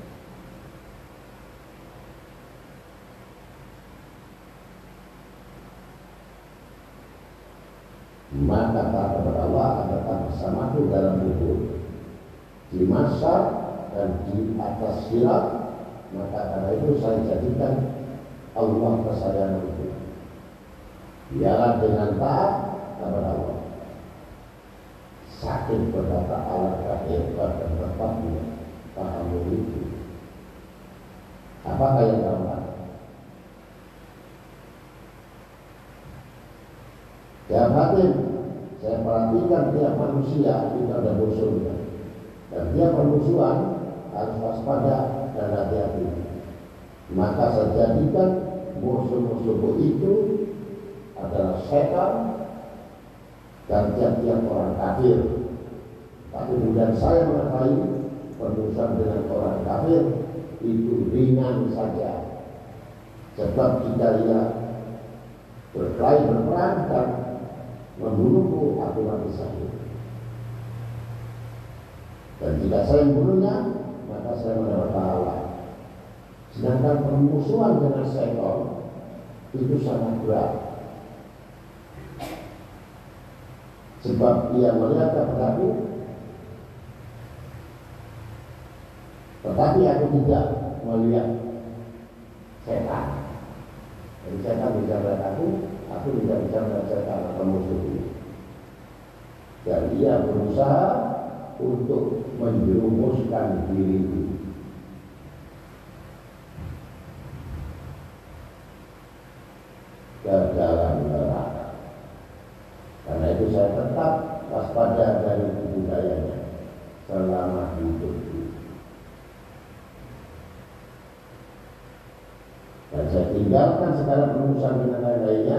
Maka taat kepada Allah akan tetap bersamaku dalam hidup di masa dan di atas sirat. Maka karena itu saya jadikan Allah kesayanganku ialah dengan taat kepada Allah. Saking berkata Allah hebat dan tepatnya paham itu. Apakah yang kamu tahu? Ya batin, saya perhatikan tiap manusia itu ada musuhnya, dan tiap permusuhan harus waspada dan hati-hati. Maka saya jadikan musuh-musuhmu itu adalah setan dan tiap-tiap orang kafir. Tapi kemudian saya mengetahui permusuhan dengan orang kafir itu ringan saja, sebab jika ia berkelahi berperang dan membunuhku, aku mati syahid. Dan jika saya membunuhnya, maka saya mendapat pahala. Sedangkan permusuhan dengan setan itu sangat berat, sebab ia melihat kepadaku, tetapi aku tidak melihat setan. Jadi setan bisa melihat aku, aku tidak bisa melihat setan atau musuhku. Dan ia berusaha untuk menjerumuskan diriku. Ke dalam neraka. Karena itu saya tetap waspada dari budayanya selama hidupku. Dan saya tinggalkan segala perumusan dengan lain-lainnya,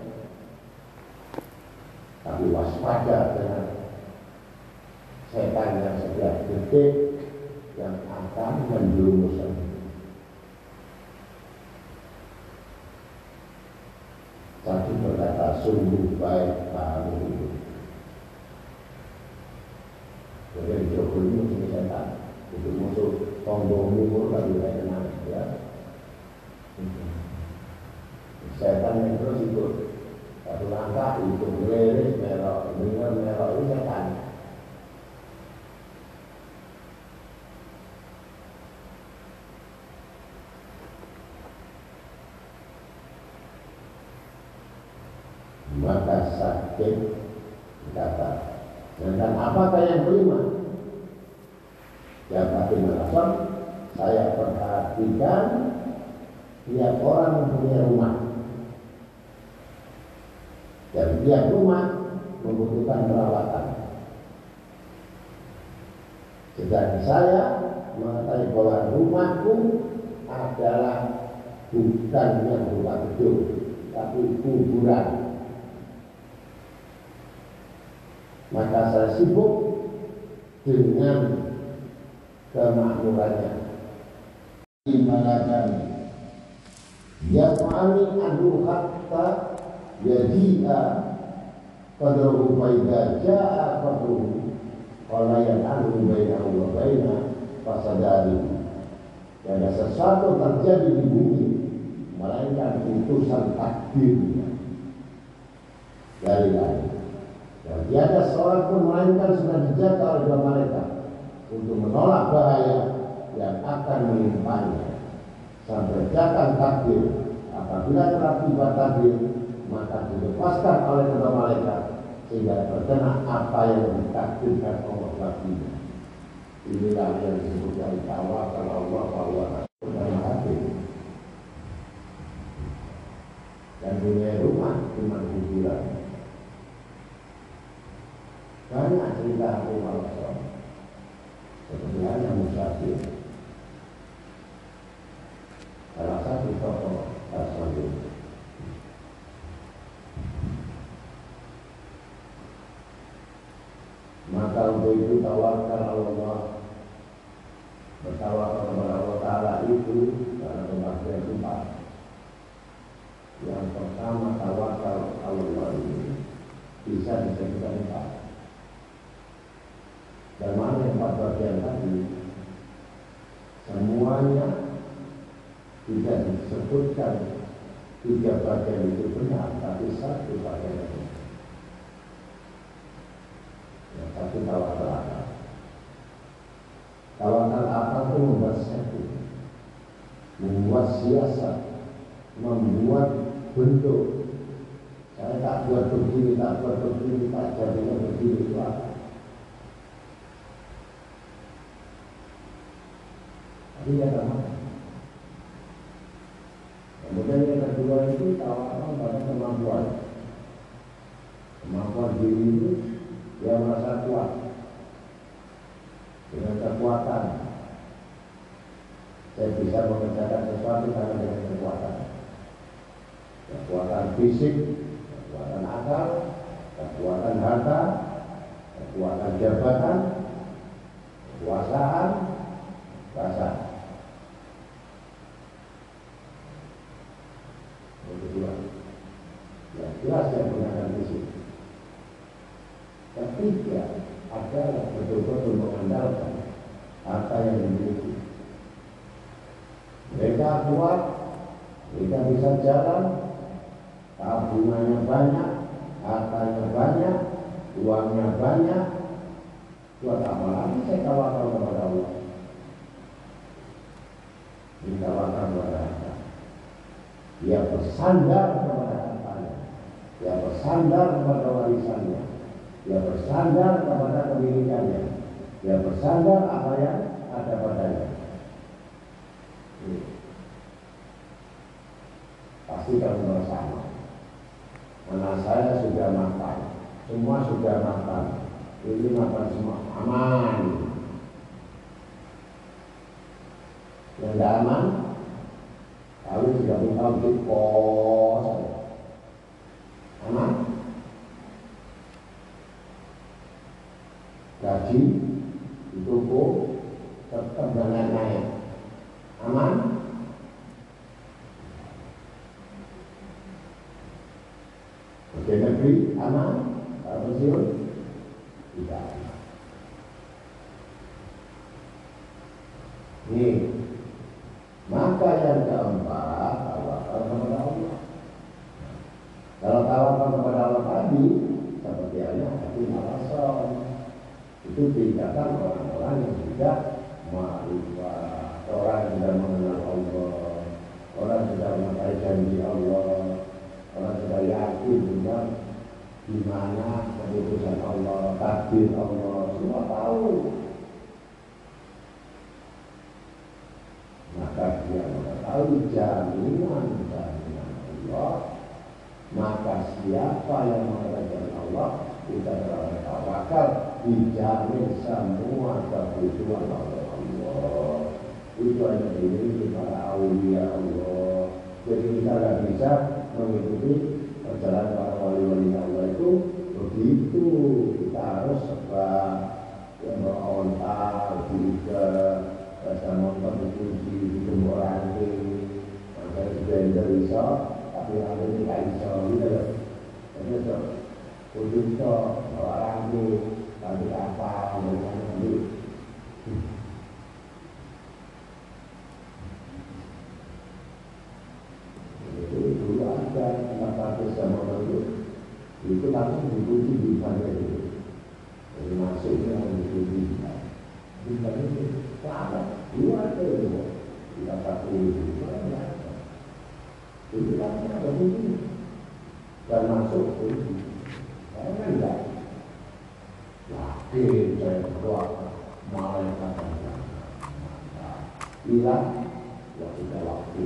tapi waspada dengan setan yang setiap detik yang akan menjerumuskan. Satu berkata, sungguh baik kamu itu. Jadi dicoba musuh setan, itu musuh tombol umur lagi tidak kenal, ya. Setan yang terus ikut satu langkah itu meliris merah, dengar merah itu setan. Maka sakit kata, dan apakah yang kelima? Yang paling alasan saya perhatikan tiap orang mempunyai rumah, dan tiap rumah membutuhkan perawatan. Sedangkan saya mengetahui bahwa rumahku adalah bukan yang rumah gedung, tapi kuburan. Maka saya sibuk dengan kemakmurannya. Dimanakan ya'mani anhu hatta yadi'a qadruhu faida ja'a qadruhu qala yan'anhu bainahu wa baina fasadari. Tiada sesuatu terjadi di bumi melainkan utusan takdirnya dari langit. Dan tiada seorang pun melainkan sudah dijaga oleh dua malaikat untuk menolak bahaya yang akan menimpanya sampai datang takdir Apabila telah tiba takdir, maka dilepaskan oleh kedua malaikat sehingga terkena apa yang ditakdirkan Allah baginya. Inilah yang disebut dari tawakal Allah bahwa dalam hati. Dan dunia rumah cuma hiburan. Banyak cerita Abu Al-Asam seperti halnya Musafir, salah satu tokoh Rasul. Maka untuk itu tawakal Allah, bertawakal kepada Allah Ta'ala itu karena pembagian empat. Yang pertama tawakal Allah ini bisa disebutkan empat. Dan mana yang empat bagian tadi semuanya tidak disebutkan tiga bagian itu benar, tapi satu bagian itu. Yang satu tawakal akal. Tawakal akal itu membuat satu, membuat siasat, membuat bentuk. Saya tak buat begini, tak buat begini, tak jadinya begini itu apa? Tapi dia tak makan. Kemudian yang kedua itu tawakal pada kemampuan. Kemampuan diri itu dia merasa kuat dengan kekuatan. Saya bisa mengerjakan sesuatu karena dengan kekuatan. Kekuatan fisik, kekuatan akal, kekuatan harta, kekuatan jabatan, kekuasaan, rasa. Yang kedua, yang jelas yang menggunakan fisik. Ketiga adalah betul-betul mengandalkan apa yang dimiliki. Mereka kuat, mereka bisa jalan, tabungannya banyak, hartanya banyak, uangnya banyak. Buat apa lagi saya tawakal kepada Allah? Ditawakal kepada harta. Dia bersandar kepada hartanya, dia bersandar kepada warisannya, dia bersandar kepada kemilikannya, dia bersandar apa yang ada padanya. Pasti kamu bersama. Mana saya sudah makan, semua sudah makan, ini makan semua aman. Yang tidak aman, kami sudah minta untuk kos. Aman? Gaji ditunggu tetap dan naik. Aman? Kerja negeri aman? Kalau pensiun tidak aman. Ini maka yang keempat tawakal kepada Allah. Kalau tawakal kepada Allah tadi seperti halnya hati alasan. Itu tingkatan orang-orang yang sudah ma'rifah, orang yang sudah mengenal Allah, orang yang sudah mengetahui janji Allah, orang sudah yakin dengan di mana keputusan Allah, takdir Allah, semua tahu. Maka dia mengetahui jaminan-jaminan Allah. Maka siapa yang mengetahui Allah, kita terlalu tawakal, dijamin semua kebutuhan oleh Allah. Itu hanya dimiliki para aulia Allah. Jadi kita tidak bisa mengikuti perjalanan para wali-wali Allah itu begitu. Kita harus sebab yang berontak juga, rasa nonton dikunci di jumbo ranti, maka sudah tidak bisa, tapi nanti tidak bisa gitu loh. Jadi so, ujung so, bawa ranti, nanti apa, mereka nanti. Itu dulu ada tempat sama itu, itu langsung dikunci di sana itu. Jadi masuknya dikunci di sana. Di sana itu, apa? Dua itu, tidak satu itu, itu begini dan masuk begini. Saya kan enggak yakin saya keluar malaikat dan hilang ya sudah waktu.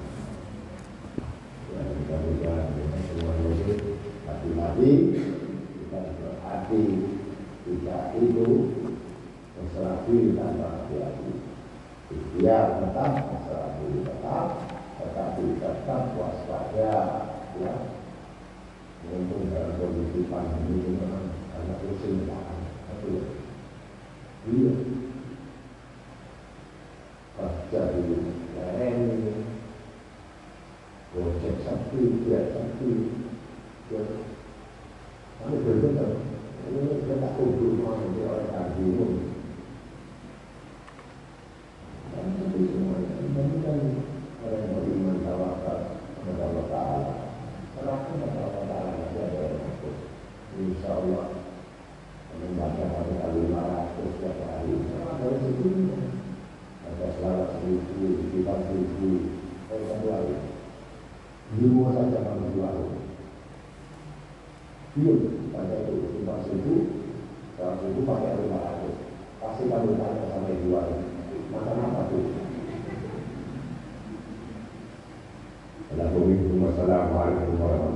Ya kita juga kita semuanya itu hati-hati, kita berhati kita itu berserah diri tanpa hati-hati. Ikhtiar tetap berserah diri tetap, tetapi tetap waspada ya. Untuk dalam kondisi pandemi ini memang karena pusing kan, tapi iya kerja di lereng ini, gojek sepi, dia sepi, ya, kami berbeda. Ini kita kumpul menjadi oleh kandungan. Dan tapi semuanya ini kan orang beriman tawakal kepada Allah Taala. Serahkan kepada Allah Taala saja yang masuk. Insya Allah membaca pada lima ratus setiap hari. Dari situ ada selawat seribu, kitab seribu, dari satu hari. Dua saja kami jual. Yuk, pada itu kitab seribu, selawat seribu pakai lima ratus. Pasti kami tanya sampai jual. Makan apa tuh? Assalamualaikum warahmatullahi wabarakatuh.